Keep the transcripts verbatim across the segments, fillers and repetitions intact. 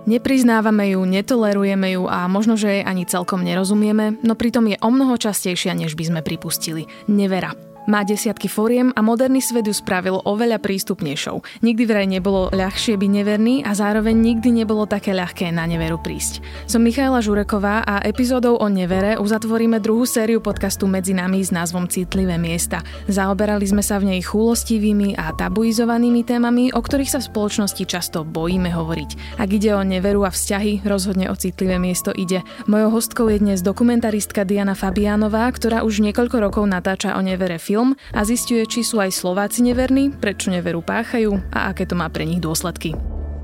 Nepriznávame ju, netolerujeme ju a možno, že jej ani celkom nerozumieme, no pritom je omnoho častejšia, než by sme pripustili. Nevera. Má desiatky foriem a moderný svet ju spravil oveľa prístupnejšou. Nikdy vraj nebolo ľahšie byť neverný a zároveň nikdy nebolo také ľahké na neveru prísť. Som Michaela Žureková a epizódou o nevere uzatvoríme druhú sériu podcastu Medzi nami s názvom Citlivé miesta. Zaoberali sme sa v nej chúlostivými a tabuizovanými témami, o ktorých sa v spoločnosti často bojíme hovoriť. Ak ide o neveru a vzťahy, rozhodne o citlivé miesto ide. Mojou hostkou je dnes dokumentaristka Diana Fabiánová, ktorá už niekoľko rokov natáča o nevere film a zisťuje, či sú aj Slováci neverní, prečo neveru páchajú a aké to má pre nich dôsledky.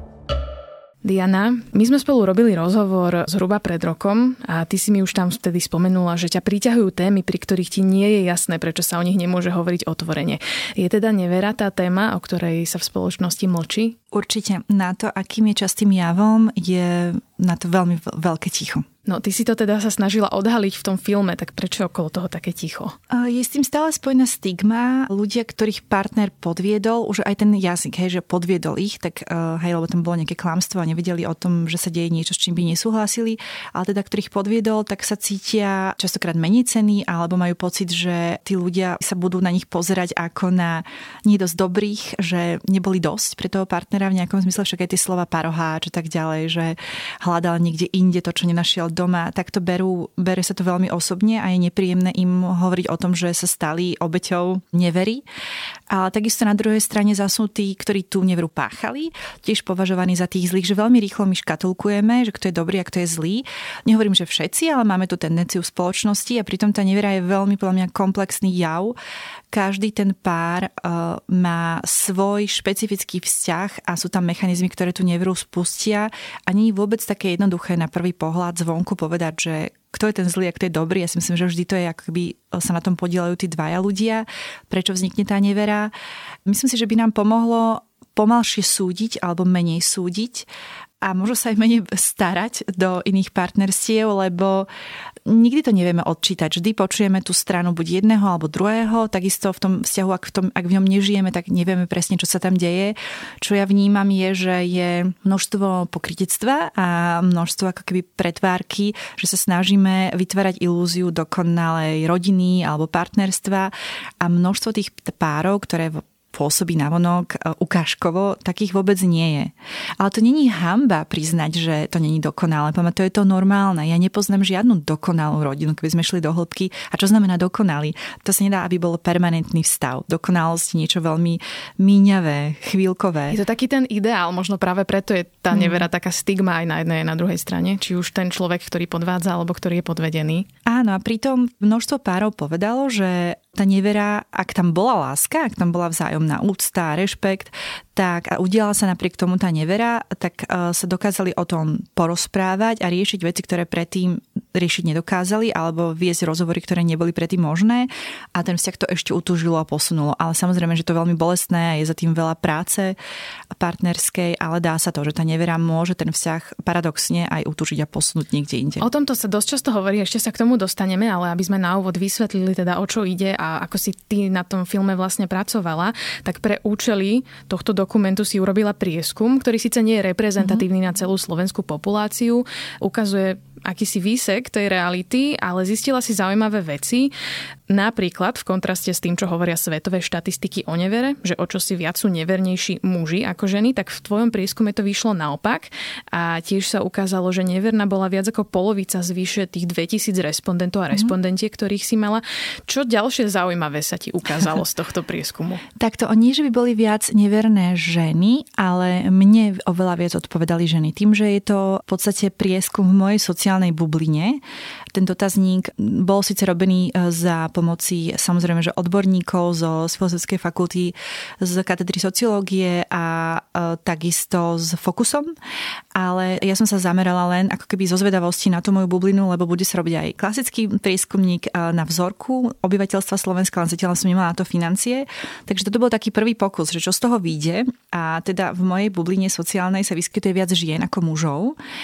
Diana, my sme spolu robili rozhovor zhruba pred rokom a ty si mi už tam vtedy spomenula, že ťa priťahujú témy, pri ktorých ti nie je jasné, prečo sa o nich nemôže hovoriť otvorene. Je teda nevera tá téma, o ktorej sa v spoločnosti mlčí? Určite. Na to, akým je častým javom, je na to veľmi veľké ticho. No, ty si to teda sa snažila odhaliť v tom filme, tak prečo okolo toho také ticho? Je s tým stále spojená stigma. Ľudia, ktorých partner podviedol, už aj ten jazyk, hej, že podviedol ich, tak hej, lebo tam bolo nejaké klamstvo a nevedeli o tom, že sa deje niečo, s čím by nesúhlasili, ale teda, ktorých podviedol, tak sa cítia častokrát menej cenní, alebo majú pocit, že tí ľudia sa budú na nich pozerať ako na nie dosť dobrých, že neboli dosť pre toho partnera v nejakom zmysle, však aj tie slova paroháč a tak ďalej, že hľadal niekde inde to, čo nenašiel doma, tak to berú, bere sa to veľmi osobne a je nepríjemné im hovoriť o tom, že sa stali obeťou nevery. Ale takisto na druhej strane zasnú tí, ktorí tú neveru páchali, tiež považovaní za tých zlých, že veľmi rýchlo my škatulkujeme, že kto je dobrý a kto je zlý. Nehovorím, že všetci, ale máme tú tendenciu v spoločnosti a pritom tá nevera je veľmi podľa mňa komplexný jav. Každý ten pár uh, má svoj špecifický vzťah a sú tam mechanizmy, ktoré tú neveru spustia a nie je vôbec také jednoduché na prvý pohľad zvonku povedať, že kto je ten zlý a kto je dobrý. Ja si myslím, že vždy to je, ako keby sa na tom podielajú tí dvaja ľudia. Prečo vznikne tá nevera? Myslím si, že by nám pomohlo pomalšie súdiť alebo menej súdiť a možno sa aj menej starať do iných partnerstiev, lebo nikdy to nevieme odčítať. Vždy počujeme tú stranu buď jedného alebo druhého, takisto v tom vzťahu, ak v, tom, ak v ňom nežijeme, tak nevieme presne, čo sa tam deje. Čo ja vnímam je, že je množstvo pokrytectva a množstvo ako keby pretvárky, že sa snažíme vytvárať ilúziu dokonalej rodiny alebo partnerstva a množstvo tých párov, ktoré pôsobí navonok ukážkovo, takých vôbec nie je. Ale to není hanba priznať, že to není dokonalé. To je to normálne. Ja nepoznám žiadnu dokonalú rodinu, keby sme šli do hĺbky. A čo znamená dokonalý? To sa nedá, aby bol permanentný stav. Dokonalosť je niečo veľmi míňavé, chvíľkové. Je to taký ten ideál, možno práve preto je tá nevera taká stigma aj na jednej aj na druhej strane. Či už ten človek, ktorý podvádza, alebo ktorý je podvedený. Áno, a pritom množstvo párov povedalo, že tá nevera, ak tam bola láska, ak tam bola vzájomná úcta, rešpekt, tak a udiala sa napriek tomu tá nevera, tak uh, sa dokázali o tom porozprávať a riešiť veci, ktoré predtým riešiť nedokázali, alebo viesť rozhovory, ktoré neboli predtým možné a ten vzťah to ešte utúžilo a posunulo. Ale samozrejme, že to je veľmi bolestné a je za tým veľa práce partnerskej, ale dá sa to, že tá nevera môže ten vzťah paradoxne aj utúžiť a posunúť niekde inde. O tomto sa dosť často hovorí, ešte sa k tomu dostaneme, ale aby sme na úvod vysvetlili teda, o čo ide a ako si ty na tom filme vlastne pracovala, tak pre účely tohto dokumentu si urobila prieskum, ktorý síce nie je reprezentatívny mm-hmm. na celú slovenskú populáciu, ukazuje akýsi výsek tej reality, ale zistila si zaujímavé veci. Napríklad v kontraste s tým, čo hovoria svetové štatistiky o nevere, že o čo si viac sú nevernejší muži ako ženy, tak v tvojom prieskume to vyšlo naopak. A tiež sa ukázalo, že neverná bola viac ako polovica z vyše tých dvetisíc respondentov a respondentiek, ktorých si mala. Čo ďalšie zaujímavé sa ti ukázalo z tohto prieskumu? Takto, nie, že by boli viac neverné ženy, ale mne oveľa viac odpovedali ženy. Tým, že je to v podstate prieskum v mojej sociálnej bubline. Ten dotazník bol síce robený za pomoci samozrejme, že odborníkov zo Filozofickej fakulty, z katedry sociológie a e, takisto s Fokusom, ale ja som sa zamerala len ako keby zo zvedavosti na tú moju bublinu, lebo bude sa robiť aj klasický prieskumník na vzorku obyvateľstva Slovenska, len zatiaľ som nemala na to financie. Takže toto bol taký prvý pokus, že čo z toho vyjde. A teda v mojej bubline sociálnej sa vyskytuje viac žien ako mužov.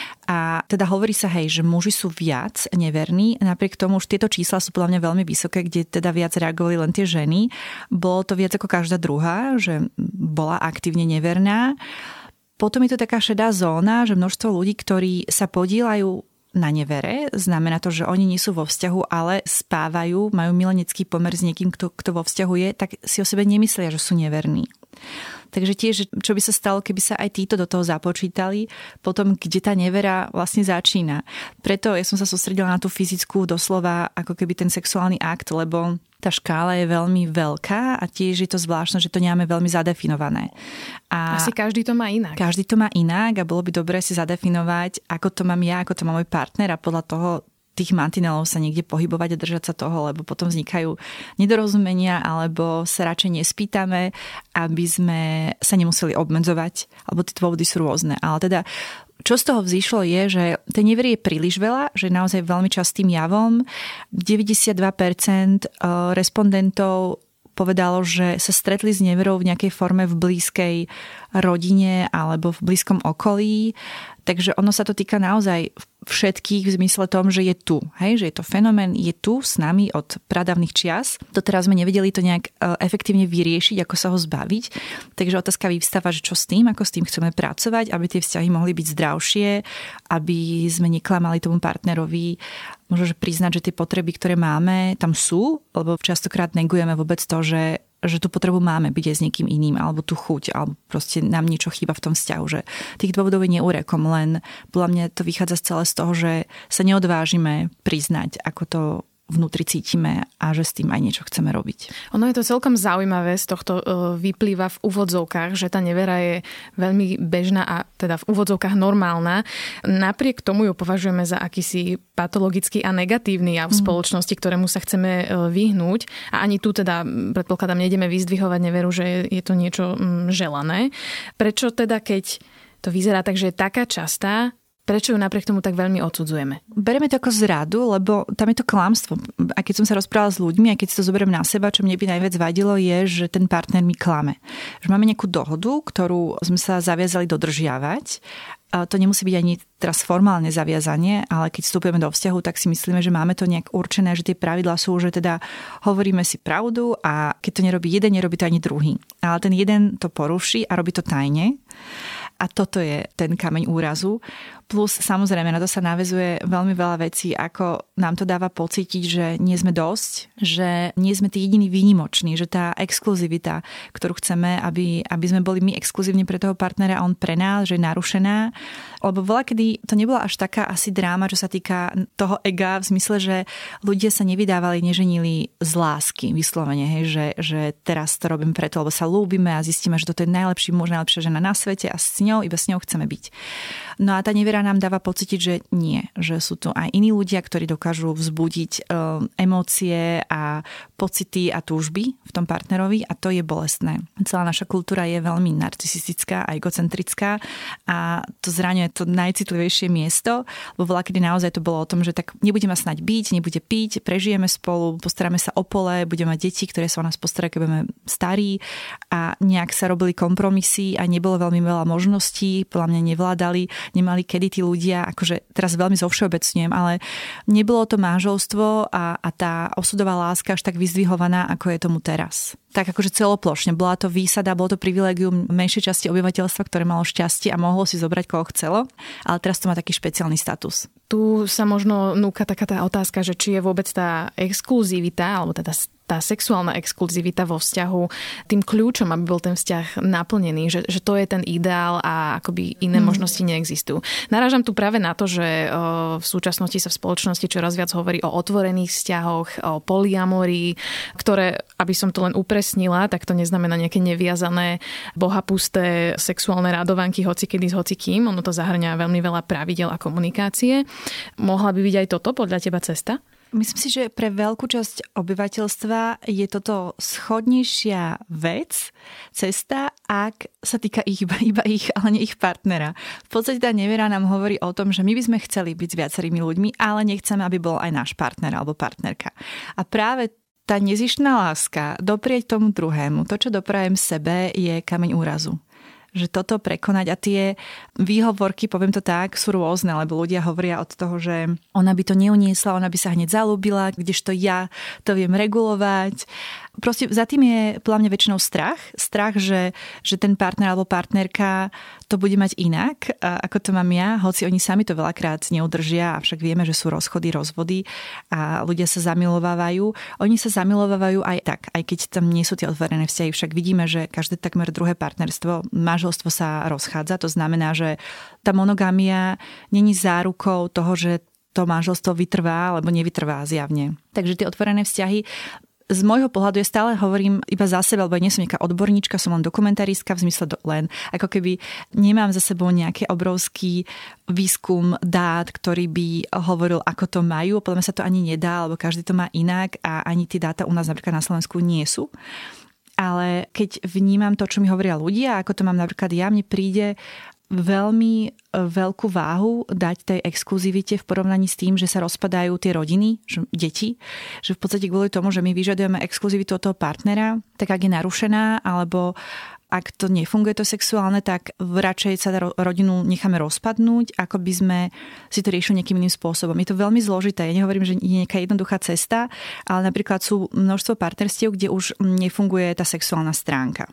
A teda hovorí sa, hej, že muži sú viac neverní. Napriek tomu už tieto čísla sú podľa mňa veľmi vysoké, kde teda viac reagovali len tie ženy. Bolo to viac ako každá druhá, že bola aktívne neverná. Potom je to taká šedá zóna, že množstvo ľudí, ktorí sa podieľajú na nevere, znamená to, že oni nie sú vo vzťahu, ale spávajú, majú milenecký pomer s niekým, kto, kto vo vzťahu je, tak si o sebe nemyslia, že sú neverní. Takže tiež, čo by sa stalo, keby sa aj títo do toho započítali, potom, kde tá nevera vlastne začína. Preto ja som sa sústredila na tú fyzickú doslova, ako keby ten sexuálny akt, lebo tá škála je veľmi veľká a tiež je to zvláštne, že to nemáme veľmi zadefinované. A asi každý to má inak. Každý to má inak a bolo by dobré si zadefinovať, ako to mám ja, ako to má môj partner a podľa toho tých mantinelov sa niekde pohybovať a držať sa toho, lebo potom vznikajú nedorozumenia alebo sa radšej nespýtame, aby sme sa nemuseli obmedzovať, alebo tie dôvody sú rôzne. Ale teda čo z toho vzýšlo je, že tej nevery je príliš veľa, že je naozaj veľmi častým javom. deväťdesiatdva percent respondentov povedalo, že sa stretli s neverou v nejakej forme v blízkej rodine alebo v blízkom okolí. Takže ono sa to týka naozaj všetkých v zmysle tom, že je tu. Hej? Že je to fenomén, je tu s nami od pradávnych čias. Doteraz sme nevedeli to nejak efektívne vyriešiť, ako sa ho zbaviť. Takže otázka vyvstáva, že čo s tým, ako s tým chceme pracovať, aby tie vzťahy mohli byť zdravšie, aby sme neklamali tomu partnerovi, možno, že priznať, že tie potreby, ktoré máme, tam sú, lebo častokrát negujeme vôbec to, že že tú potrebu máme byť aj s niekým iným, alebo tú chuť, alebo proste nám niečo chýba v tom vzťahu, že tých dôvodov je neúrekom, len podľa mňa to vychádza celé z toho, že sa neodvážime priznať, ako to vnútri cítime a že s tým aj niečo chceme robiť. Ono je to celkom zaujímavé, z tohto vyplýva v úvodzovkách, že tá nevera je veľmi bežná a teda v úvodzovkách normálna. Napriek tomu ju považujeme za akýsi patologický a negatívny jav v spoločnosti, ktorému sa chceme vyhnúť. A ani tu teda, predpokladám, nejdeme vyzdvihovať neveru, že je to niečo želané. Prečo teda, keď to vyzerá tak, že je taká častá, prečo ju napriek tomu tak veľmi odsudzujeme? Bereme to ako zradu, lebo tam je to klamstvo. A keď som sa rozprávala s ľuďmi, a keď si to zoberiem na seba, čo mne by najviac vadilo, je, že ten partner mi klame. Že máme nejakú dohodu, ktorú sme sa zaviazali dodržiavať. A to nemusí byť ani teraz formálne zaviazanie, ale keď vstupujeme do vzťahu, tak si myslíme, že máme to nejak určené, že tie pravidlá sú, že teda hovoríme si pravdu a keď to nerobí jeden, nerobí to ani druhý. Ale ten jeden to poruší a robí to tajne. A toto je ten kameň úrazu. Plus samozrejme na to sa naväzuje veľmi veľa vecí, ako nám to dáva pocítiť, že nie sme dosť, že nie sme tí jediní výnimoční, že tá exkluzivita, ktorú chceme, aby, aby sme boli my exkluzívni pre toho partnera a on pre nás, že je narušená. Lebo veľakedy to nebola až taká asi dráma, čo sa týka toho ega, v zmysle, že ľudia sa nevydávali, neženili z lásky vyslovene, hej, že, že teraz to robím preto, lebo sa ľúbime a zistíme, že toto je najlepší muž, najlepšia žena na svete a s ňou, iba s ňou chceme byť. No a tá nevera nám dáva pocítiť, že nie, že sú tu aj iní ľudia, ktorí dokážu vzbudiť um, emócie a pocity a túžby v tom partnerovi a to je bolestné. Celá naša kultúra je veľmi narcisistická a egocentrická a to zraňuje to najcitlivejšie miesto, lebo veľa kedy naozaj to bolo o tom, že tak nebude ma snať byť, nebude piť, prežijeme spolu, postaráme sa o pole, budeme mať deti, ktoré sa o nás postarajú, keď budeme starí a nejak sa robili kompromisy a nebolo veľmi veľa možností, podľa mňa nevládali, nemali kedy tí ľudia, akože teraz veľmi zovšeobecňujem, ale nebolo to manželstvo a, a tá osudová láska až tak vyzdvihovaná, ako je tomu teraz. Tak akože celoplošne. Bola to výsada, bolo to privilégium menšej časti obyvateľstva, ktoré malo šťastie a mohlo si zobrať koho chcelo, ale teraz to má taký špeciálny status. Tu sa možno núka taká tá otázka, že či je vôbec tá exkluzivita, alebo teda tá sexuálna exkluzivita vo vzťahu tým kľúčom, aby bol ten vzťah naplnený, že, že to je ten ideál a akoby iné hmm. možnosti neexistujú. Narážam tu práve na to, že v súčasnosti sa v spoločnosti čoraz viac hovorí o otvorených vzťahoch, o polyamorii, ktoré, aby som to len upresnila, tak to neznamená nejaké neviazané, bohapusté sexuálne radovanky hocikedy s hocikým. Ono to zahrňa veľmi veľa pravidel a komunikácie. Mohla by byť aj toto podľa teba cesta? Myslím si, že pre veľkú časť obyvateľstva je toto schodnejšia vec, cesta, ak sa týka ich, iba, iba ich, ale nie ich partnera. V podstate tá nevera nám hovorí o tom, že my by sme chceli byť s viacerými ľuďmi, ale nechceme, aby bol aj náš partner alebo partnerka. A práve tá nezištná láska, doprieť tomu druhému, to, čo doprajem sebe, je kameň úrazu. Že toto prekonať a tie výhovorky, poviem to tak, sú rôzne, lebo ľudia hovoria od toho, že ona by to neuniesla, ona by sa hneď zalúbila, kdežto ja to viem regulovať. proste za tým je podľa mňa väčšinou strach. Strach, že, že ten partner alebo partnerka to bude mať inak, ako to mám ja, hoci oni sami to veľakrát neudržia, avšak vieme, že sú rozchody, rozvody a ľudia sa zamilovávajú. Oni sa zamilovávajú aj tak, aj keď tam nie sú tie otvorené vzťahy, však vidíme, že každé takmer druhé partnerstvo, manželstvo sa rozchádza, to znamená, že tá monogamia není zárukou toho, že to manželstvo vytrvá alebo nevytrvá zjavne. Takže tie otvorené vzťahy z môjho pohľadu ja stále hovorím iba za seba, lebo nie som nejaká odborníčka, som len dokumentaristka v zmysle do, len ako keby nemám za sebou nejaký obrovský výskum dát, ktorý by hovoril, ako to majú. Podľa mňa sa to ani nedá, lebo každý to má inak a ani tie dáta u nás napríklad na Slovensku nie sú. Ale keď vnímam to, čo mi hovoria ľudia, ako to mám napríklad ja, mne príde veľmi veľkú váhu dať tej exkluzivite v porovnaní s tým, že sa rozpadajú tie rodiny, že deti, že v podstate kvôli tomu, že my vyžadujeme exkluzivitu od toho partnera, tak ak je narušená, alebo ak to nefunguje to sexuálne, tak radšej sa rodinu necháme rozpadnúť, ako by sme si to riešili nejakým iným spôsobom. Je to veľmi zložité. Ja nehovorím, že je nejaká jednoduchá cesta, ale napríklad sú množstvo partnerstiev, kde už nefunguje tá sexuálna stránka.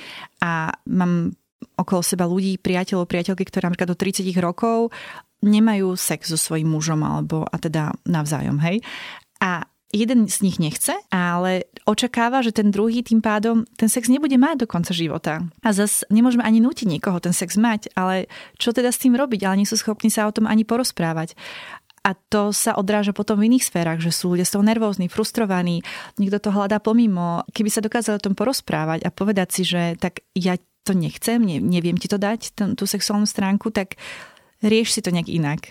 A mám okolo seba ľudí, priateľov, priateľky, ktoré napríklad do tridsať rokov nemajú sex so svojím mužom, alebo a teda navzájom, hej. A jeden z nich nechce, ale očakáva, že ten druhý tým pádom ten sex nebude mať do konca života. A zas nemôžeme ani nútiť niekoho ten sex mať, ale čo teda s tým robiť? Ale nie sú schopní sa o tom ani porozprávať. A to sa odráža potom v iných sférach, že sú ľudia z toho nervózni, frustrovaní, niekto to hľadá pomimo. Keby sa dokázali o tom porozprávať a povedať si, že tak ja to nechcem, ne, neviem ti to dať, t- tú sexuálnu stránku, tak rieš si to nejak inak.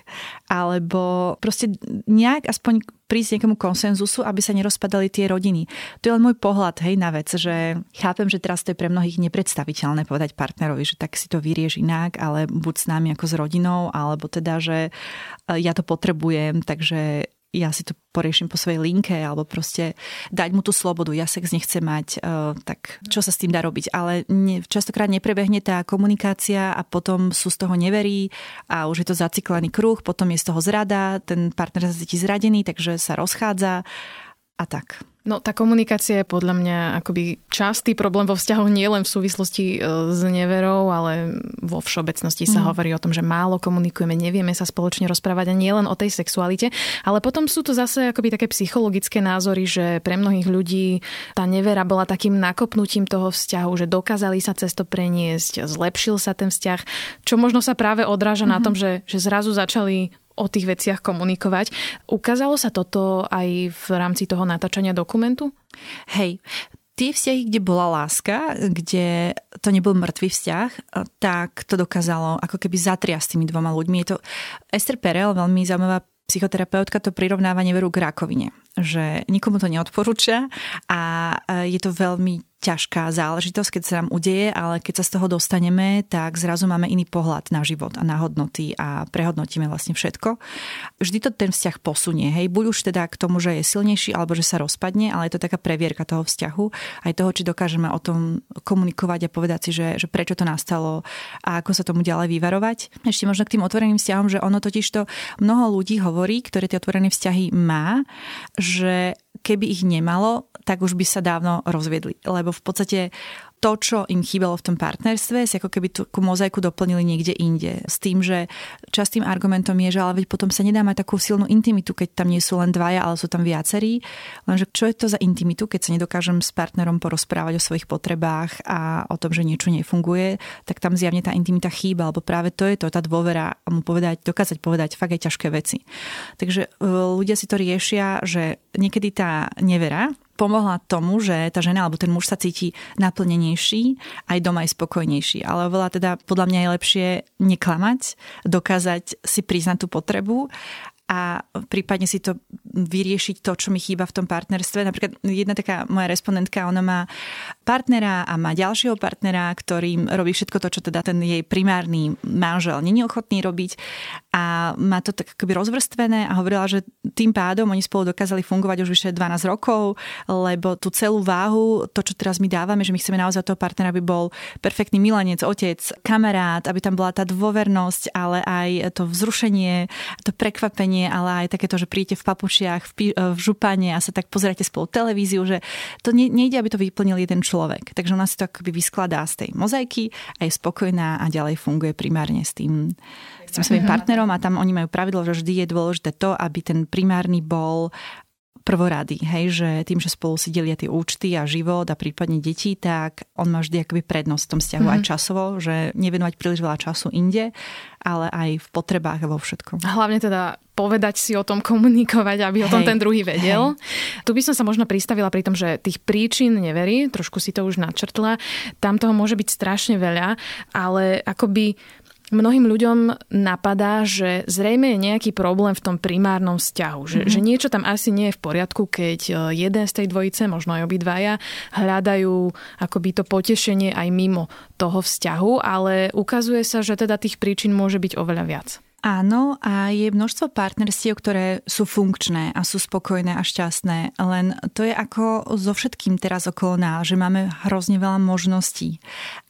Alebo proste nejak aspoň prísť nejakému konsenzusu, aby sa nerozpadali tie rodiny. To je len môj pohľad, hej, na vec, že chápem, že teraz to je pre mnohých nepredstaviteľné povedať partnerovi, že tak si to vyrieš inak, ale buď s nami ako s rodinou, alebo teda, že ja to potrebujem, takže ja si to poriešim po svojej linke, alebo proste dať mu tú slobodu, ja sex nechcem mať, uh, tak čo sa s tým dá robiť. Ale ne, častokrát neprebehne tá komunikácia a potom sú z toho neverí a už je to zaciklený kruh, potom je z toho zrada, ten partner sa cíti zradený, takže sa rozchádza a tak. No tá komunikácia je podľa mňa akoby častý problém vo vzťahu nielen v súvislosti s neverou, ale vo všeobecnosti sa mm. hovorí o tom, že málo komunikujeme, nevieme sa spoločne rozprávať a nie len o tej sexualite, ale potom sú to zase akoby také psychologické názory, že pre mnohých ľudí tá nevera bola takým nakopnutím toho vzťahu, že dokázali sa cez to preniesť, zlepšil sa ten vzťah, čo možno sa práve odráža mm-hmm. na tom, že, že zrazu začali o tých veciach komunikovať. Ukázalo sa toto aj v rámci toho natáčania dokumentu? Hej, tie vzťahy, kde bola láska, kde to nebol mŕtvý vzťah, tak to dokázalo ako keby zatriasť s tými dvoma ľuďmi. Je to Esther Perel, veľmi zaujímavá psychoterapeutka, to prirovnáva neveru k rakovine. Že nikomu to neodporúča a je to veľmi ťažká záležitosť, keď sa nám udeje, ale keď sa z toho dostaneme, tak zrazu máme iný pohľad na život a na hodnoty a prehodnotíme vlastne všetko. Vždy to ten vzťah posunie, hej, buď už teda k tomu, že je silnejší, alebo že sa rozpadne, ale je to taká previerka toho vzťahu, aj toho, či dokážeme o tom komunikovať a povedať si, že, že prečo to nastalo a ako sa tomu ďalej vyvarovať. Ešte možno k tým otvoreným vzťahom, že ono totiž to mnoho ľudí hovorí, ktoré tie otvorené vzťahy má, že keby ich nemalo, tak už by sa dávno rozviedli. Lebo v podstate to, čo im chýbalo v tom partnerstve, si ako keby tú mozaiku doplnili niekde inde. S tým, že častým argumentom je, že ale veď potom sa nedá mať takú silnú intimitu, keď tam nie sú len dvaja, ale sú tam viacerí. Lenže čo je to za intimitu, keď sa nedokážem s partnerom porozprávať o svojich potrebách a o tom, že niečo nefunguje, tak tam zjavne tá intimita chýba, alebo práve to je to, tá dôvera mu povedať, dokázať povedať fakt aj ťažké veci. Takže ľudia si to riešia, že niekedy tá nevera pomohla tomu, že tá žena alebo ten muž sa cíti naplnenejší, aj doma aj spokojnejší. Ale veľa teda podľa mňa je lepšie neklamať, dokázať si priznať tú potrebu a prípadne si to vyriešiť to, čo mi chýba v tom partnerstve. Napríklad jedna taká moja respondentka, ona má partnera a má ďalšieho partnera, ktorým robí všetko to, čo teda ten jej primárny manžel není ochotný robiť a má to tak akoby rozvrstvené a hovorila, že tým pádom oni spolu dokázali fungovať už vyše dvanásť rokov, lebo tú celú váhu, to, čo teraz my dávame, že my chceme naozaj toho partnera, aby bol perfektný milenec, otec, kamarát, aby tam bola tá dôvernosť, ale aj to vzrušenie, to prekvapenie, cestovanie, ale aj takéto, že príjete v papučiach, v, pi- v župane a sa tak pozeráte spolu televíziu, že to ne, nejde, aby to vyplnil jeden človek. Takže ona si to akoby vyskladá z tej mozaiky a je spokojná a ďalej funguje primárne s tým, s tým svojím partnerom a tam oni majú pravidlo, že vždy je dôležité to, aby ten primárny bol prvorady, hej, že tým, že spolu si delia tie účty a život a prípadne deti, tak on má vždy akoby prednosť v tom vzťahu mm. aj časovo, že nevenovať príliš veľa času inde, ale aj v potrebách a vo všetkom. Hlavne teda povedať si o tom, komunikovať, aby hej, o tom ten druhý vedel. Hej. Tu by som sa možno pristavila pri tom, že tých príčin neverí, trošku si to už načrtla, tam toho môže byť strašne veľa, ale akoby mnohým ľuďom napadá, že zrejme je nejaký problém v tom primárnom vzťahu. Že, mm-hmm. že niečo tam asi nie je v poriadku, keď jeden z tej dvojice, možno aj obidvaja, hľadajú akoby to potešenie aj mimo toho vzťahu, ale ukazuje sa, že teda tých príčin môže byť oveľa viac. Áno, a je množstvo partnerstiev, ktoré sú funkčné a sú spokojné a šťastné, len to je ako so všetkým teraz okolo nás, že máme hrozne veľa možností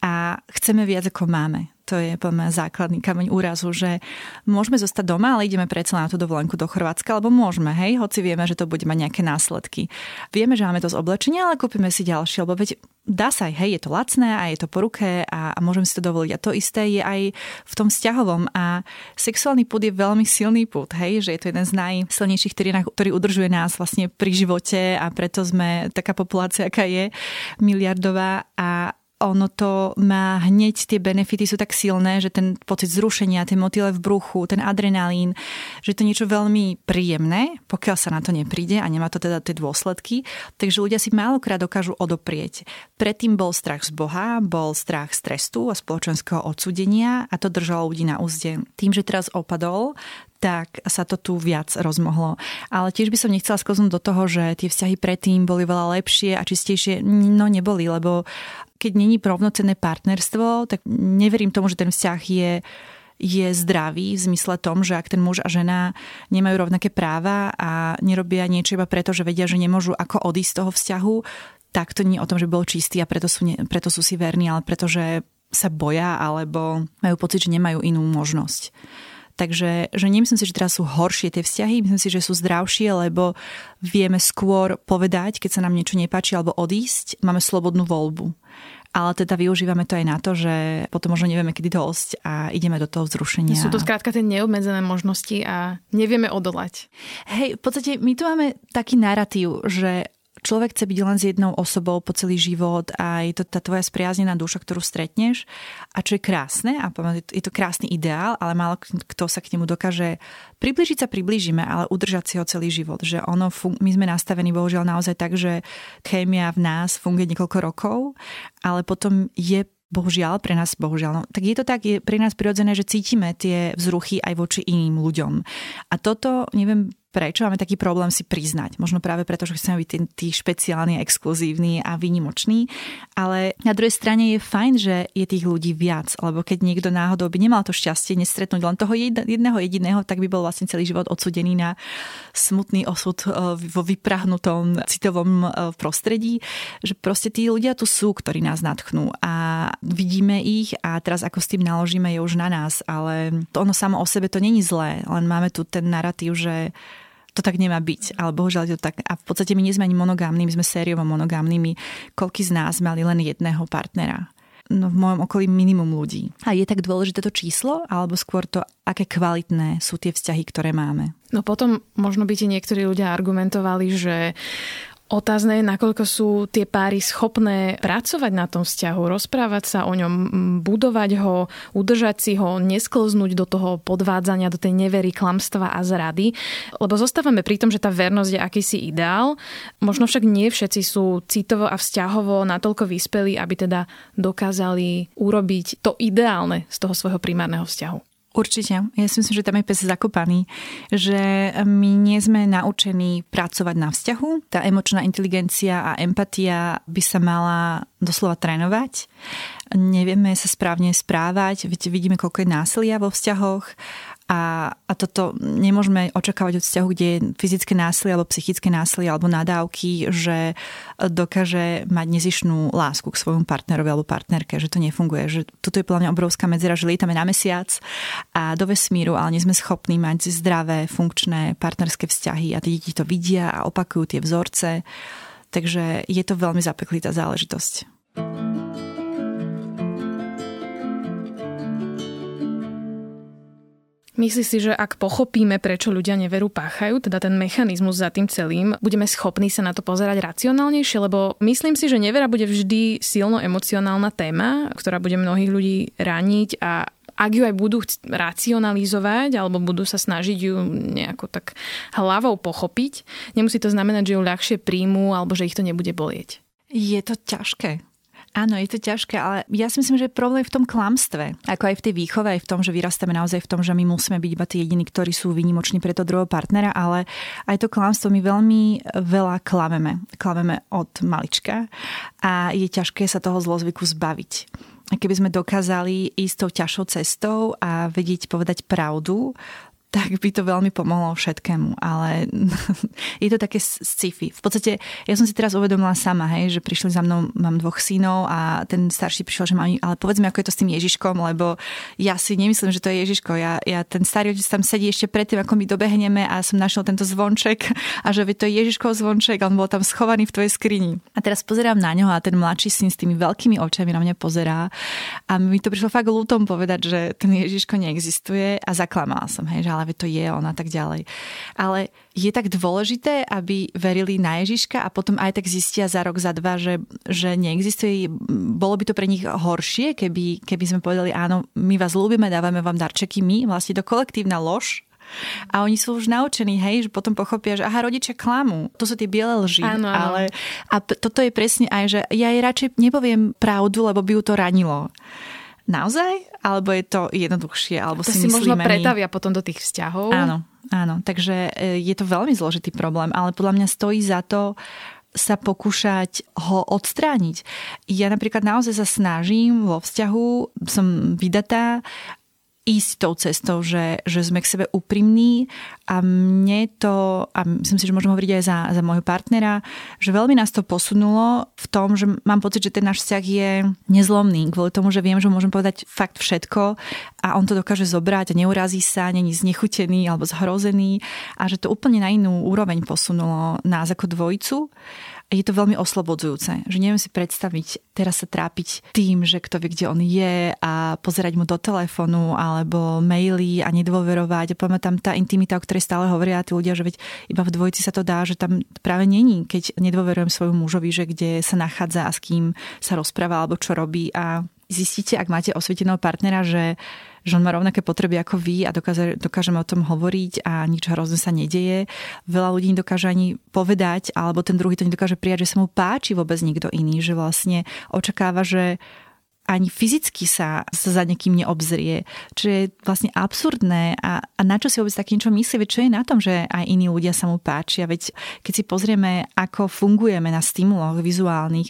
a chceme viac ako máme. To je podľa mňa základný kameň úrazu, že môžeme zostať doma, ale ideme predsa na tú dovolenku do Chorvátska, alebo môžeme, hej, hoci vieme, že to bude mať nejaké následky. Vieme, že máme to z oblečenia, ale kúpime si ďalšie, lebo veď dá sa aj, hej, je to lacné a je to po ruke a, a môžeme si to dovoliť. A to isté je aj v tom vzťahovom a sexuálny pud je veľmi silný pud, hej, že je to jeden z najsilnejších, ktorý, ktorý udržuje nás vlastne pri živote a preto sme taká populácia, aká je, miliardová a ono to má hneď, tie benefity sú tak silné, že ten pocit zrušenia, tie motýle v bruchu, ten adrenalín, že to je niečo veľmi príjemné, pokiaľ sa na to nepríde a nemá to teda tie dôsledky. Takže ľudia si málokrát dokážu odoprieť. Predtým bol strach z Boha, bol strach z trestu a spoločenského odsúdenia a to držalo ľudí na úzde. Tým, že teraz opadol, tak sa to tu viac rozmohlo. Ale tiež by som nechcela sklznúť do toho, že tie vzťahy predtým boli veľa lepšie a čistejšie. No neboli, lebo keď není rovnocenné partnerstvo, tak neverím tomu, že ten vzťah je, je zdravý v zmysle tom, že ak ten muž a žena nemajú rovnaké práva a nerobia niečo iba preto, že vedia, že nemôžu ako odísť z toho vzťahu, tak to nie je o tom, že bol čistý a preto sú, preto sú si verní, ale preto, že sa boja alebo majú pocit, že nemajú inú možnosť. Takže že nemyslím si, že teraz sú horšie tie vzťahy, myslím si, že sú zdravšie, lebo vieme skôr povedať, keď sa nám niečo nepáči alebo odísť, máme slobodnú voľbu. Ale teda využívame to aj na to, že potom možno nevieme, kedy dosť a ideme do toho vzrušenia. Sú to skrátka tie neobmedzené možnosti a nevieme odolať. Hej, v podstate my tu máme taký narratív, že človek chce byť len s jednou osobou po celý život a je to tá tvoja spriaznená duša, ktorú stretneš a čo je krásne a je to krásny ideál, ale málo kto sa k nemu dokáže priblížiť sa priblížime, ale udržať si ho celý život. Že ono, my sme nastavení bohužiaľ naozaj tak, že chémia v nás funguje niekoľko rokov, ale potom je bohužiaľ, pre nás bohužiaľ, no, tak je to tak, je pre nás prirodzené, že cítime tie vzruchy aj voči iným ľuďom. A toto, neviem prečo, máme taký problém si priznať. Možno práve preto, že chceme byť tí, tí špeciálni, exkluzívni a výnimoční. Ale na druhej strane je fajn, že je tých ľudí viac, lebo keď niekto náhodou by nemal to šťastie nestretnúť len toho jedného jediného, tak by bol vlastne celý život odsúdený na smutný osud vo vyprahnutom citovom prostredí. Že proste tí ľudia tu sú, ktorí nás nadchnú a vidíme ich a teraz ako s tým naložíme je už na nás, ale to ono samo o sebe to není zlé, len máme tu ten narratív, že to tak nemá byť, ale bohužiaľ je to tak. A v podstate my nie sme ani monogámni, my sme sériovo monogámnymi. Koľký z nás mali len jedného partnera? No v mojom okolí minimum ľudí. A je tak dôležité to číslo, alebo skôr to, aké kvalitné sú tie vzťahy, ktoré máme? No potom možno by ti niektorí ľudia argumentovali, že otázne je, nakoľko sú tie páry schopné pracovať na tom vzťahu, rozprávať sa o ňom, budovať ho, udržať si ho, nesklznúť do toho podvádzania, do tej nevery, klamstva a zrady. Lebo zostávame pri tom, že tá vernosť je akýsi ideál. Možno však nie všetci sú citovo a vzťahovo natoľko vyspelí, aby teda dokázali urobiť to ideálne z toho svojho primárneho vzťahu. Určite. Ja si myslím, že tam je pes zakopaný, že my nie sme naučení pracovať na vzťahu. Tá emočná inteligencia a empatia by sa mala doslova trénovať. Nevieme sa správne správať, vidíme, koľko je násilia vo vzťahoch A, a toto nemôžeme očakávať od vzťahu, kde je fyzické násilie alebo psychické násilie alebo nadávky, že dokáže mať nezištnú lásku k svojmu partnerovi alebo partnerke, že to nefunguje. Že toto je podľa mňa obrovská medzera, že lietame na mesiac a do vesmíru, ale nie sme schopní mať zdravé, funkčné partnerské vzťahy a tie deti to vidia a opakujú tie vzorce. Takže je to veľmi zapeklitá záležitosť. Myslíš si, že ak pochopíme, prečo ľudia neveru páchajú, teda ten mechanizmus za tým celým, budeme schopní sa na to pozerať racionálnejšie? Lebo myslím si, že nevera bude vždy silno emocionálna téma, ktorá bude mnohých ľudí raniť a ak ju aj budú racionalizovať alebo budú sa snažiť ju nejako tak hlavou pochopiť, nemusí to znamenať, že ju ľahšie príjmú alebo že ich to nebude bolieť. Je to ťažké. Áno, je to ťažké, ale ja si myslím, že problém je v tom klamstve. Ako aj v tej výchove, aj v tom, že vyrastáme naozaj v tom, že my musíme byť iba tí jediní, ktorí sú výnimoční pre toho druhého partnera, ale aj to klamstvo my veľmi veľa klameme. Klameme od malička a je ťažké sa toho zlozvyku zbaviť. A keby sme dokázali ísť tou ťažšou cestou a vedieť povedať pravdu, tak by to veľmi pomohlo všetkému. Ale je to také sci-fi. V podstate, ja som si teraz uvedomila sama, hej, že prišli za mnou, mám dvoch synov a ten starší prišiel, že mám, ale povedz mi, ako je to s tým Ježiškom, lebo ja si nemyslím, že to je Ježiško. Ja, ja ten starý otec tam sedí ešte predtým, ako my dobehneme a som našiel tento zvonček a že to je Ježiškov zvonček a on bol tam schovaný v tvojej skrini. A teraz pozerám na ňoho a ten mladší syn s tými veľkými očami na mňa pozerá a mi to prišlo fakt ľútom povedať, že ten Ježiško neexistuje a zaklamala som, hej, že ale to je on a tak ďalej. Ale je tak dôležité, aby verili na Ježiška a potom aj tak zistia za rok, za dva, že, že neexistuje. Bolo by to pre nich horšie, keby, keby sme povedali, áno, my vás ľúbime, dávame vám darčeky, my, vlastne to kolektívna lož. A oni sú už naučení, hej, že potom pochopia, že aha, rodičia klamú. To sú tie biele lži. Áno, áno. Ale, a p- toto je presne aj, že ja jej radšej nepoviem pravdu, lebo by ju to ranilo. Naozaj? Alebo je to jednoduchšie? Alebo to si, si možno my... pretavia potom do tých vzťahov. Áno, áno. Takže je to veľmi zložitý problém, ale podľa mňa stojí za to sa pokúšať ho odstrániť. Ja napríklad naozaj sa snažím vo vzťahu, som vydatá, ísť tou cestou, že, že sme k sebe úprimní a mne to, a myslím si, že môžem hovoriť aj za, za môjho partnera, že veľmi nás to posunulo v tom, že mám pocit, že ten náš vzťah je nezlomný, kvôli tomu, že viem, že môžem povedať fakt všetko a on to dokáže zobrať a neurazí sa, není znechutený alebo zhrozený a že to úplne na inú úroveň posunulo nás ako dvojicu. Je to veľmi oslobodzujúce, že neviem si predstaviť teraz sa trápiť tým, že kto vie, kde on je a pozerať mu do telefónu alebo maily a nedôverovať. A pamätám tá intimita, o ktorej stále hovoria tí ľudia, že veď iba v dvojici sa to dá, že tam práve není, keď nedôverujem svojmu mužovi, že kde sa nachádza a s kým sa rozpráva alebo čo robí. A zistíte, ak máte osvieteného partnera, že že on má rovnaké potreby ako vy a dokáže, dokážeme o tom hovoriť a nič hrozné sa nedeje. Veľa ľudí nedokáže ani povedať, alebo ten druhý to nedokáže prijať, že sa mu páči vôbec nikto iný, že vlastne očakáva, že ani fyzicky sa, sa za niekým neobzrie. Čo je vlastne absurdné a, a na čo si vôbec taký niečo myslí, veď čo je na tom, že aj iní ľudia sa mu páčia, veď keď si pozrieme, ako fungujeme na stimuloch vizuálnych,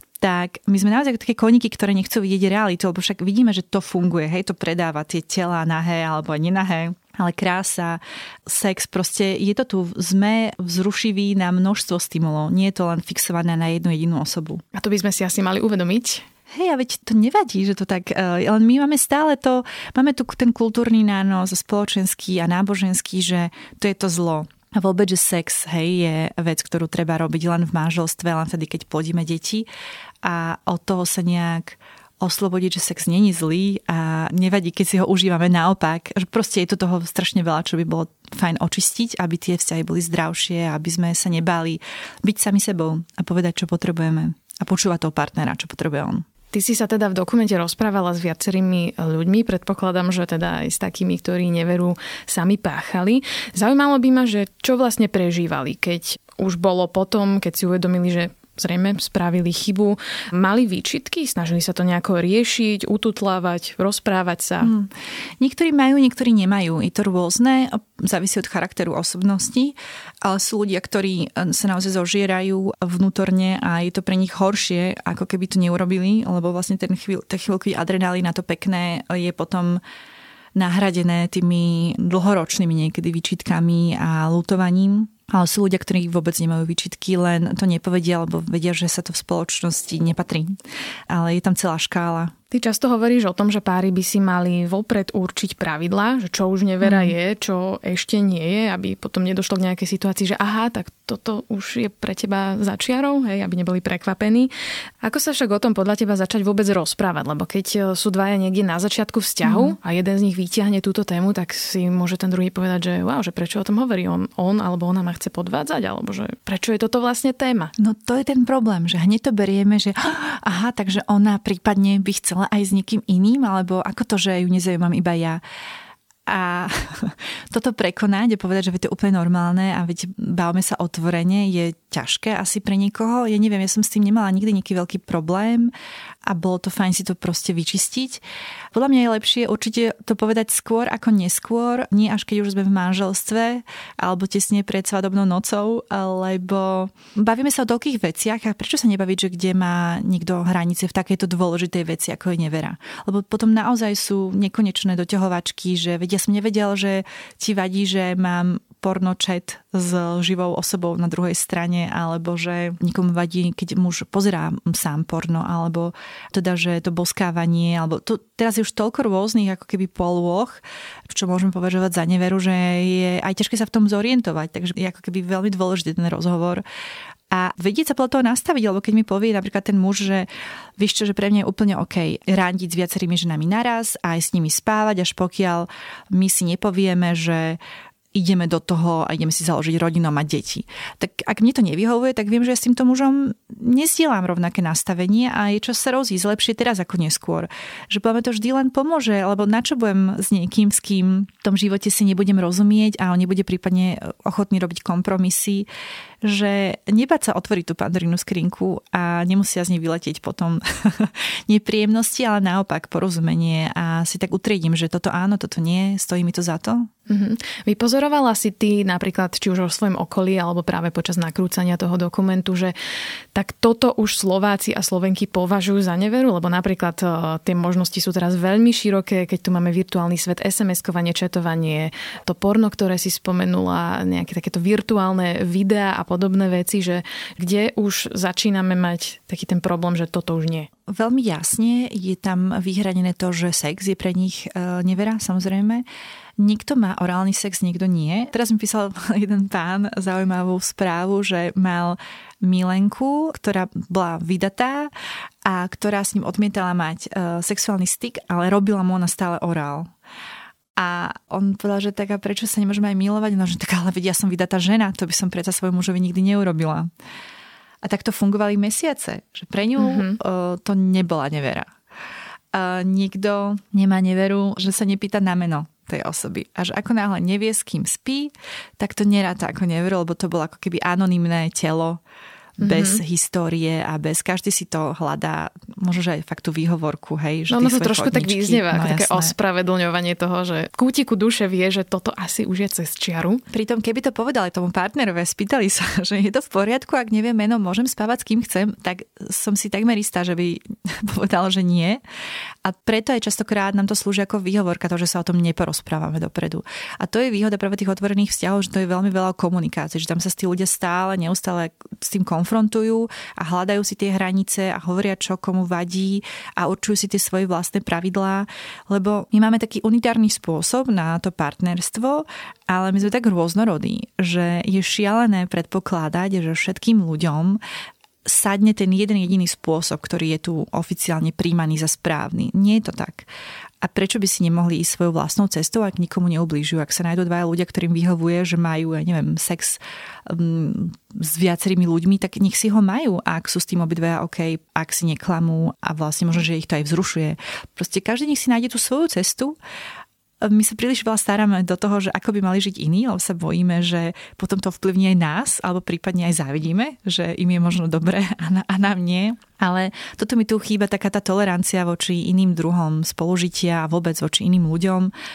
tak my sme naozaj také koníky, ktoré nechcú vidieť realitu, lebo však vidíme, že to funguje, hej, to predáva tie telá nahé alebo aj nenahé, ale krása, sex, proste je to tu, sme vzrušiví na množstvo stimulov, nie je to len fixované na jednu jedinú osobu. A to by sme si asi mali uvedomiť. Hej, a veď to nevadí, že to tak, len my máme stále to, máme tu ten kultúrny nános, spoločenský a náboženský, že to je to zlo. A vôbec, že sex, hej, je vec, ktorú treba robiť len v manželstve, len vtedy, keď plodíme deti. A od toho sa nejak oslobodiť, že sex není zlý a nevadí, keď si ho užívame naopak. Že proste je to toho strašne veľa, čo by bolo fajn očistiť, aby tie vzťahy boli zdravšie, aby sme sa nebáli byť sami sebou a povedať, čo potrebujeme. A počúvať toho partnera, čo potrebuje on. Ty si sa teda v dokumente rozprávala s viacerými ľuďmi, predpokladám, že teda aj s takými, ktorí neveru sami páchali. Zaujímalo by ma, že čo vlastne prežívali, keď už bolo potom, keď si uvedomili, že zrejme spravili chybu. Mali výčitky? Snažili sa to nejako riešiť, ututlávať, rozprávať sa? Hmm. Niektorí majú, niektorí nemajú. Je to rôzne, závisí od charakteru osobnosti, ale sú ľudia, ktorí sa naozaj zožierajú vnútorne a je to pre nich horšie, ako keby to neurobili, lebo vlastne ten chvíľ, ten chvíľkový adrenalín na to pekné je potom nahradené tými dlhoročnými niekedy výčitkami a ľutovaním. Ale sú ľudia, ktorí vôbec nemajú výčitky, len to nepovedia, alebo vedia, že sa to v spoločnosti nepatrí. Ale je tam celá škála. Ty často hovoríš o tom, že páry by si mali vopred určiť pravidlá, že čo už nevera mm. je, čo ešte nie je, aby potom nedošlo k nejakej situácii, že aha, tak toto už je pre teba za čiarou, hej, aby neboli prekvapení. Ako sa však o tom podľa teba začať vôbec rozprávať? Lebo keď sú dvaja niekde na začiatku vzťahu mm. a jeden z nich vyťahne túto tému, tak si môže ten druhý povedať, že wow, že prečo o tom hovorí on, on alebo ona ma chce podvádzať, alebo že prečo je toto vlastne téma? No to je ten problém, že hneď to berieme, že aha, takže ona prípadne by chcela aj s niekým iným, alebo ako to, že ju nezaujímam iba ja. A toto prekonať a povedať, že je to úplne normálne a veď bavme sa otvorene, je ťažké asi pre niekoho. Ja neviem, ja som s tým nemala nikdy nejaký veľký problém a bolo to fajn si to proste vyčistiť. Podľa mňa je lepšie určite to povedať skôr ako neskôr, nie až keď už sme v manželstve alebo tesne pred svadobnou nocou, lebo bavíme sa o toľkých veciach a prečo sa nebaviť, že kde má niekto hranice v takejto dôležitej veci, ako je nevera. Lebo potom naozaj sú nekonečné doťahovačky, že veď ja som nevedel, že ti vadí, že mám pornočet s živou osobou na druhej strane, alebo že nikomu vadí, keď muž pozerá sám porno, alebo teda, že to boskávanie, alebo to, teraz je už toľko rôznych ako keby polôch, čo môžeme považovať za neveru, že je aj ťažké sa v tom zorientovať, takže je ako keby veľmi dôležitý ten rozhovor. A vedieť sa podľa toho nastaviť, lebo keď mi povie napríklad ten muž, že vieš čo, že pre mňa je úplne OK randiť s viacerými ženami naraz a aj s nimi spávať, až pokiaľ my si nepovieme, že ideme do toho a ideme si založiť rodinu a mať deti. Tak ak mne to nevyhovuje, tak viem, že ja s týmto mužom nesdielam rovnaké nastavenie a je čas sa rozísť lepšie teraz ako neskôr. Že poviem, to vždy len pomôže, lebo na čo budem s niekým, s kým v tom živote si nebudem rozumieť a on nebude prípadne ochotný robiť kompromisy, že nebáť sa otvoriť tú Pandorínu skrinku a nemusia z nej vyletieť potom nepríjemnosti, ale naopak porozumenie a si tak utriedím, že toto áno, toto nie, stojí mi to za to. Mm-hmm. Vypozorovala si ty napríklad, či už vo svojom okolí, alebo práve počas nakrúcania toho dokumentu, že tak toto už Slováci a Slovenky považujú za neveru, lebo napríklad tie možnosti sú teraz veľmi široké, keď tu máme virtuálny svet, es em eskovanie, četovanie, to porno, ktoré si spomenula, nejaké takéto virtuálne videá a podobné veci, že kde už začíname mať taký ten problém, že toto už nie. Veľmi jasne je tam vyhranené to, že sex je pre nich nevera, samozrejme. Niekto má orálny sex, niekto nie. Teraz mi písal jeden pán zaujímavú správu, že mal milenku, ktorá bola vydatá a ktorá s ním odmietala mať uh, sexuálny styk, ale robila mu ona stále orál. A on povedal, že tak a prečo sa nemôžeme aj milovať? No, že tak ale veď ja som vydatá žena, to by som predsa svojmu mužovi nikdy neurobila. A takto fungovali mesiace, že pre ňu mm-hmm. uh, to nebola nevera. Uh, niekto nemá neveru, že sa nepýta na meno tej osoby. Až ako náhle nevie, s kým spí, tak to neráta ako neveru, lebo to bolo ako keby anonymné telo bez mm-hmm. histórie a bez, každý si to hľadá, možno, že aj fakt tú výhovorku, hej. Že no, no to trošku tak význieva, no, také ospravedlňovanie toho, že kútiku duše vie, že toto asi už je cez čiaru. Pritom, keby to povedali tomu partnerovi, spýtali sa, že je to v poriadku, ak neviem meno, môžem spávať s kým chcem, tak som si takmer istá, že by povedal, že nie. A preto aj častokrát nám to slúži ako výhovorka, to, že sa o tom neporozprávame dopredu. A to je výhoda práve tých otvorených vzťahov, že to je veľmi veľa komunikácie, že tam sa tí ľudia stále, neustále s tým konfrontujú a hľadajú si tie hranice a hovoria, čo komu vadí a určujú si tie svoje vlastné pravidlá, lebo my máme taký unitárny spôsob na to partnerstvo, ale my sme tak rôznorodí, že je šialené predpokladať, že všetkým ľuďom sadne ten jeden jediný spôsob, ktorý je tu oficiálne príjmaný za správny. Nie je to tak. A prečo by si nemohli ísť svojou vlastnou cestou, ak nikomu neublížujú? Ak sa nájdú dvaja ľudia, ktorým vyhovuje, že majú, ja neviem, sex um, s viacerými ľuďmi, tak nech si ho majú. A ak sú s tým obidvaja OK, ak si neklamú a vlastne možno, že ich to aj vzrušuje. Proste každý nech si nájde tú svoju cestu. My sa príliš veľa staráme do toho, že ako by mali žiť iní, lebo sa bojíme, že potom to vplyvní aj nás, alebo prípadne aj závidíme, že im je možno dobré a, na, a nám nie. Ale toto mi tu chýba taká tá tolerancia voči iným druhom spolužitia a vôbec voči iným ľuďom.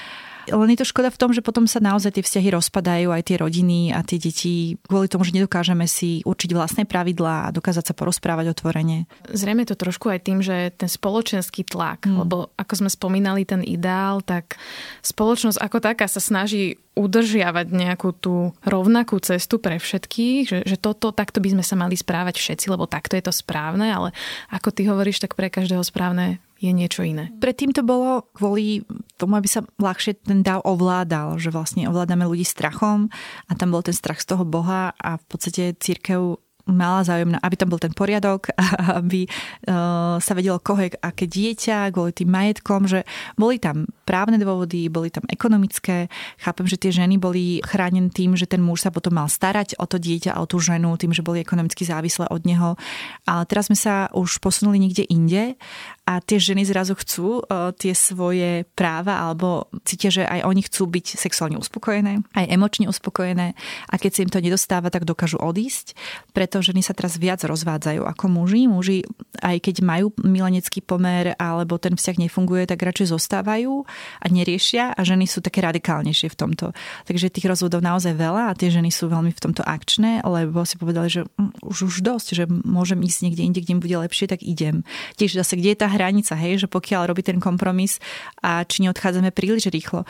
Len je to škoda v tom, že potom sa naozaj tie vzťahy rozpadajú, aj tie rodiny a tie deti, kvôli tomu, že nedokážeme si určiť vlastné pravidlá a dokázať sa porozprávať otvorene. Zrejme to trošku aj tým, že ten spoločenský tlak, hmm. lebo ako sme spomínali ten ideál, tak spoločnosť ako taká sa snaží udržiavať nejakú tú rovnakú cestu pre všetkých, že, že toto, takto by sme sa mali správať všetci, lebo takto je to správne, ale ako ty hovoríš, tak pre každého správne je niečo iné. Predtým to bolo kvôli tomu, aby sa ľahšie ten dáv ovládal, že vlastne ovládame ľudí strachom a tam bol ten strach z toho Boha a v podstate cirkev mala záujem, aby tam bol ten poriadok a aby uh, sa vedelo, koho je aké dieťa, kvôli tým majetkom, že boli tam právne dôvody, boli tam ekonomické. Chápem, že tie ženy boli chránené tým, že ten muž sa potom mal starať o to dieťa a o tú ženu, tým, že boli ekonomicky závislé od neho. Ale teraz sme sa už posunuli niekde inde a tie ženy zrazu chcú uh, tie svoje práva alebo cítia, že aj oni chcú byť sexuálne uspokojené, aj emočne uspokojené a keď sa im to nedostáva, tak dokážu odísť. Preto ženy sa teraz viac rozvádzajú ako muži. Muži, aj keď majú milenecký pomer alebo ten vzťah nefunguje, tak radšej zostávajú a neriešia a ženy sú také radikálnejšie v tomto. Takže tých rozvodov naozaj veľa a tie ženy sú veľmi v tomto akčné, lebo si povedali, že už, už dosť, že môžem ísť niekde inde, kde mi bude lepšie, tak idem. Tiež zase, kde je tá hranica, hej, že pokiaľ robí ten kompromis a či neodchádzame príliš rýchlo.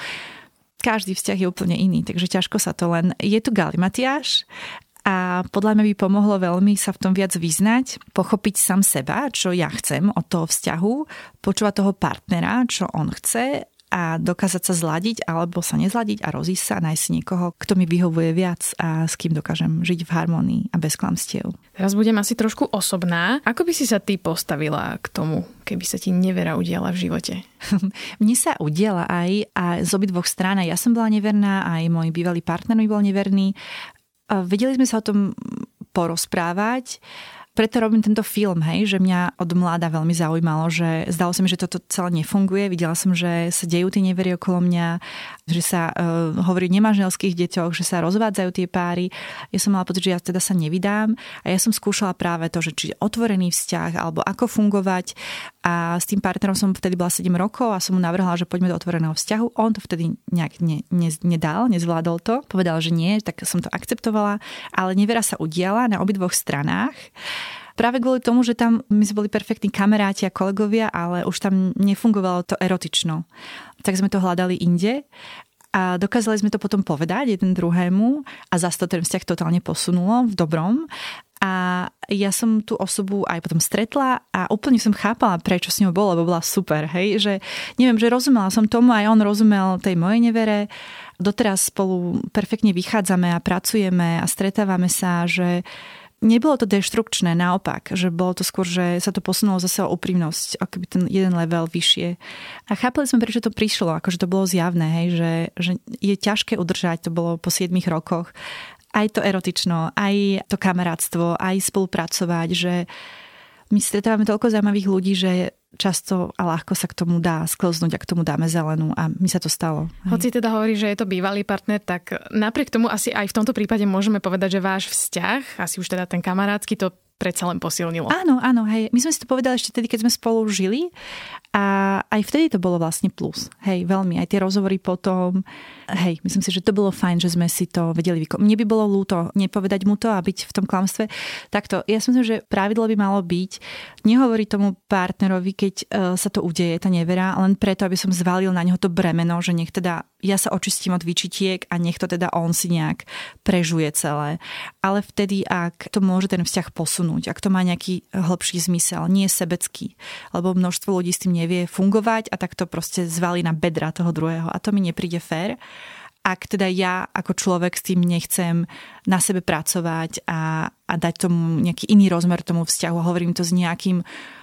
Každý vzťah je úplne iný, takže ťažko sa to len... Je tu galimatiáš a podľa mňa by pomohlo veľmi sa v tom viac vyznať, pochopiť sám seba, čo ja chcem od toho vzťahu, počúvať toho partnera, čo on chce a dokázať sa zladiť alebo sa nezladiť a rozísť sa a nájsť si niekoho, kto mi vyhovuje viac a s kým dokážem žiť v harmonii a bez klamstiev. Teraz budem asi trošku osobná. Ako by si sa ty postavila k tomu, keby sa ti nevera udiala v živote? Mne sa udiala aj a z obidvoch strán. Ja som bola neverná, aj môj bývalý partner mi bol neverný. Vedeli sme sa o tom porozprávať, preto robím tento film, hej, že mňa od mláda veľmi zaujímalo, že zdalo sa mi, že toto celé nefunguje. Videla som, že sa dejú tie nevery okolo mňa, že sa uh, hovorí o nemanželských deťoch, že sa rozvádzajú tie páry. Ja som mala pocit, že ja teda sa nevydám a ja som skúšala práve to, že či otvorený vzťah alebo ako fungovať. A s tým partnerom som vtedy bola sedem rokov a som mu navrhla, že poďme do otvoreného vzťahu. On to vtedy nejak ne, ne, nedal, nezvládol to. Povedal, že nie, tak som to akceptovala. Ale nevera sa udiala na obidvoch stranách. Práve kvôli tomu, že tam my sme boli perfektní kamaráti a kolegovia, ale už tam nefungovalo to erotično. Tak sme to hľadali inde a dokázali sme to potom povedať jeden druhému a zase to ten vzťah totálne posunulo v dobrom. A ja som tú osobu aj potom stretla a úplne som chápala, prečo s ňou bolo, lebo bola super, hej, že neviem, že rozumela som tomu, aj on rozumel tej mojej nevere. Doteraz spolu perfektne vychádzame a pracujeme a stretávame sa, že nebolo to deštrukčné, naopak, že bolo to skôr, že sa to posunulo zase o úprimnosť, akoby ten jeden level vyššie. A chápali sme, prečo to prišlo, akože to bolo zjavné, hej, že, že je ťažké udržať, to bolo po siedmich rokoch, aj to erotično, aj to kamarátstvo, aj spolupracovať, že my stretávame toľko zaujímavých ľudí, že často a ľahko sa k tomu dá sklznúť a k tomu dáme zelenú a mi sa to stalo. Hej. Hoci teda hovorí, že je to bývalý partner, tak napriek tomu asi aj v tomto prípade môžeme povedať, že váš vzťah, asi už teda ten kamarátsky, to predsa len posilnilo. Áno, áno, hej. My sme si to povedali ešte tedy, keď sme spolu žili a aj vtedy to bolo vlastne plus. Hej, veľmi. Aj tie rozhovory potom. Hej, myslím si, že to bolo fajn, že sme si to vedeli vykonať. Mne by bolo ľúto nepovedať mu to a byť v tom klamstve. Takto, ja si myslím, že pravidlo by malo byť nehovoriť tomu partnerovi, keď uh, sa to udeje, tá nevera, len preto, aby som zvalil na neho to bremeno, že nech teda ja sa očistím od výčitiek a nech to teda on si nejak prežuje celé. Ale vtedy, ak to môže ten vzťah posunúť, ak to má nejaký hlbší zmysel, nie sebecký, lebo množstvo ľudí s tým nevie fungovať a tak to proste zvalí na bedra toho druhého a to mi nepríde fér. Ak teda ja ako človek s tým nechcem na sebe pracovať a, a dať tomu nejaký iný rozmer tomu vzťahu a hovorím to s nejakým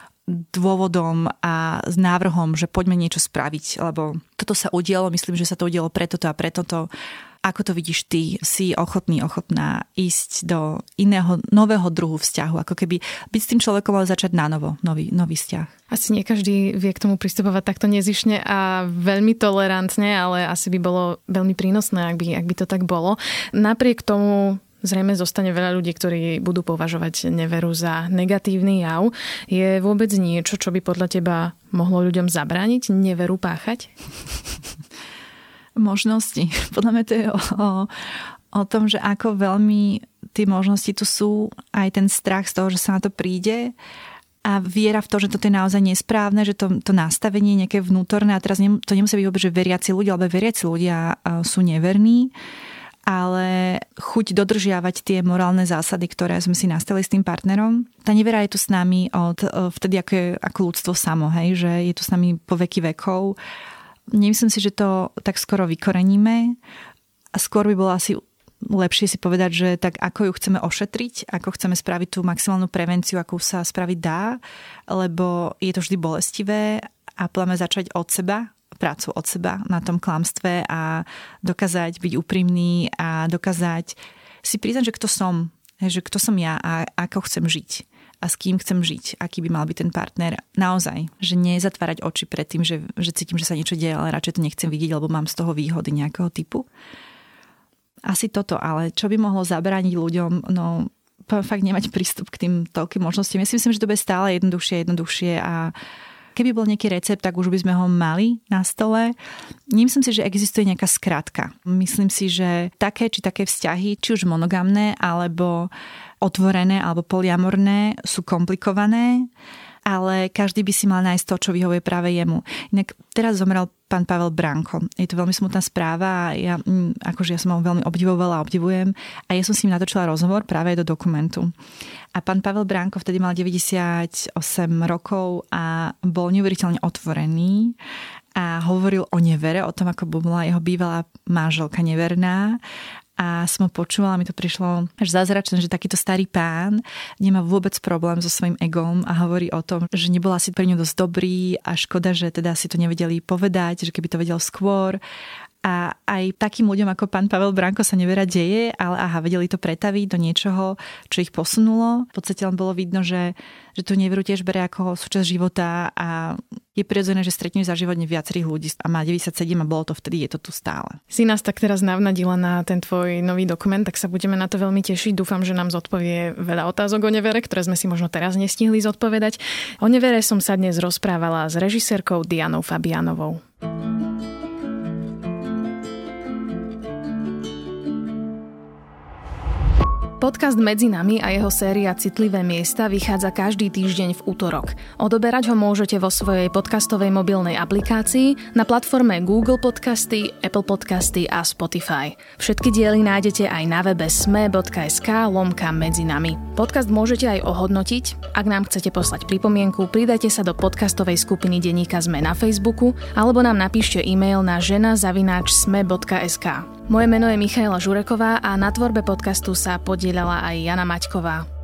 dôvodom a s návrhom, že poďme niečo spraviť, lebo toto sa udialo, myslím, že sa to udialo preto to a preto to. Ako to vidíš ty? Si ochotný, ochotná ísť do iného, nového druhu vzťahu, ako keby byť s tým človekom ale začať na novo, nový, nový vzťah. Asi nie každý vie k tomu pristupovať takto nezišne a veľmi tolerantne, ale asi by bolo veľmi prínosné, ak by, ak by to tak bolo. Napriek tomu zrejme zostane veľa ľudí, ktorí budú považovať neveru za negatívny jav. Je vôbec niečo, čo by podľa teba mohlo ľuďom zabrániť neveru páchať? Možnosti. Podľa mňa to je o, o, o tom, že ako veľmi tie možnosti tu sú, aj ten strach z toho, že sa na to príde a viera v to, že toto je naozaj nesprávne, že to, to nastavenie je nejaké vnútorné a teraz to nemusí byť vôbec, že veriaci ľudia, alebo veriaci ľudia sú neverní, ale chuť dodržiavať tie morálne zásady, ktoré sme si nastavili s tým partnerom. Tá nevera je tu s nami od vtedy, ako, je, ako ľudstvo samo, hej, že je tu s nami po veky vekov. Nemyslím si, že to tak skoro vykoreníme. A skôr by bolo asi lepšie si povedať, že tak ako ju chceme ošetriť, ako chceme spraviť tú maximálnu prevenciu, akú sa spraviť dá, lebo je to vždy bolestivé a pláme začať od seba, prácu od seba na tom klamstve a dokázať byť úprimný a dokázať si priznať, že kto som, že kto som ja a ako chcem žiť. A s kým chcem žiť, aký by mal byť ten partner. Naozaj, že nezatvárať oči pred tým, že, že cítim, že sa niečo deje, ale radšej to nechcem vidieť, lebo mám z toho výhody nejakého typu. Asi toto, ale čo by mohlo zabrániť ľuďom, no fakt nemať prístup k tým toľkým možnostiam. Ja si myslím, že to bude stále jednoduchšie, jednoduchšie a keby bol nejaký recept, tak už by sme ho mali na stole. Nemyslím si, že existuje nejaká skratka. Myslím si, že také či také vzťahy, či už monogamné, alebo otvorené, alebo polyamorné, sú komplikované, ale každý by si mal nájsť to, čo vyhovuje práve jemu. Inak teraz zomrel pán Pavel Bránko. Je to veľmi smutná správa a ja, akože ja som ho veľmi obdivovala a obdivujem a ja som s ním natočila rozhovor práve do dokumentu. A pán Pavel Bránko vtedy mal deväťdesiatosem rokov a bol neuveriteľne otvorený a hovoril o nevere, o tom, ako bola jeho bývalá manželka neverná. A som ho počúvala, mi to prišlo až zázračné, že takýto starý pán nemá vôbec problém so svojím egom a hovorí o tom, že nebol asi pre ňu dosť dobrý a škoda, že teda si to nevedeli povedať, že keby to vedel skôr. A aj takým ľuďom ako pán Pavel Bránko sa nevera deje, ale aha, vedeli to pretaviť do niečoho, čo ich posunulo. V podstate len bolo vidno, že, že tú neveru tiež berie ako súčasť života a je prirodzené, že stretnú za život viacerých ľudí a má deväťdesiatsedem a bolo to vtedy, je to tu stále. Si nás tak teraz navnadila na ten tvoj nový dokument, tak sa budeme na to veľmi tešiť. Dúfam, že nám zodpovie veľa otázok o nevere, ktoré sme si možno teraz nestihli zodpovedať. O nevere som sa dnes rozprávala s režisérkou Dianou Fabianovou. Podcast Medzi nami a jeho séria Citlivé miesta vychádza každý týždeň v útorok. Odoberať ho môžete vo svojej podcastovej mobilnej aplikácii na platforme Google Podcasty, Apple Podcasty a Spotify. Všetky diely nájdete aj na webe sme.sk lomka medzi nami. Podcast môžete aj ohodnotiť. Ak nám chcete poslať pripomienku, pridajte sa do podcastovej skupiny denníka Sme na Facebooku alebo nám napíšte e-mail na žena zavináč sme bodka es ká. Moje meno je Michaela Žureková a na tvorbe podcastu sa podieľala aj Jana Maťková.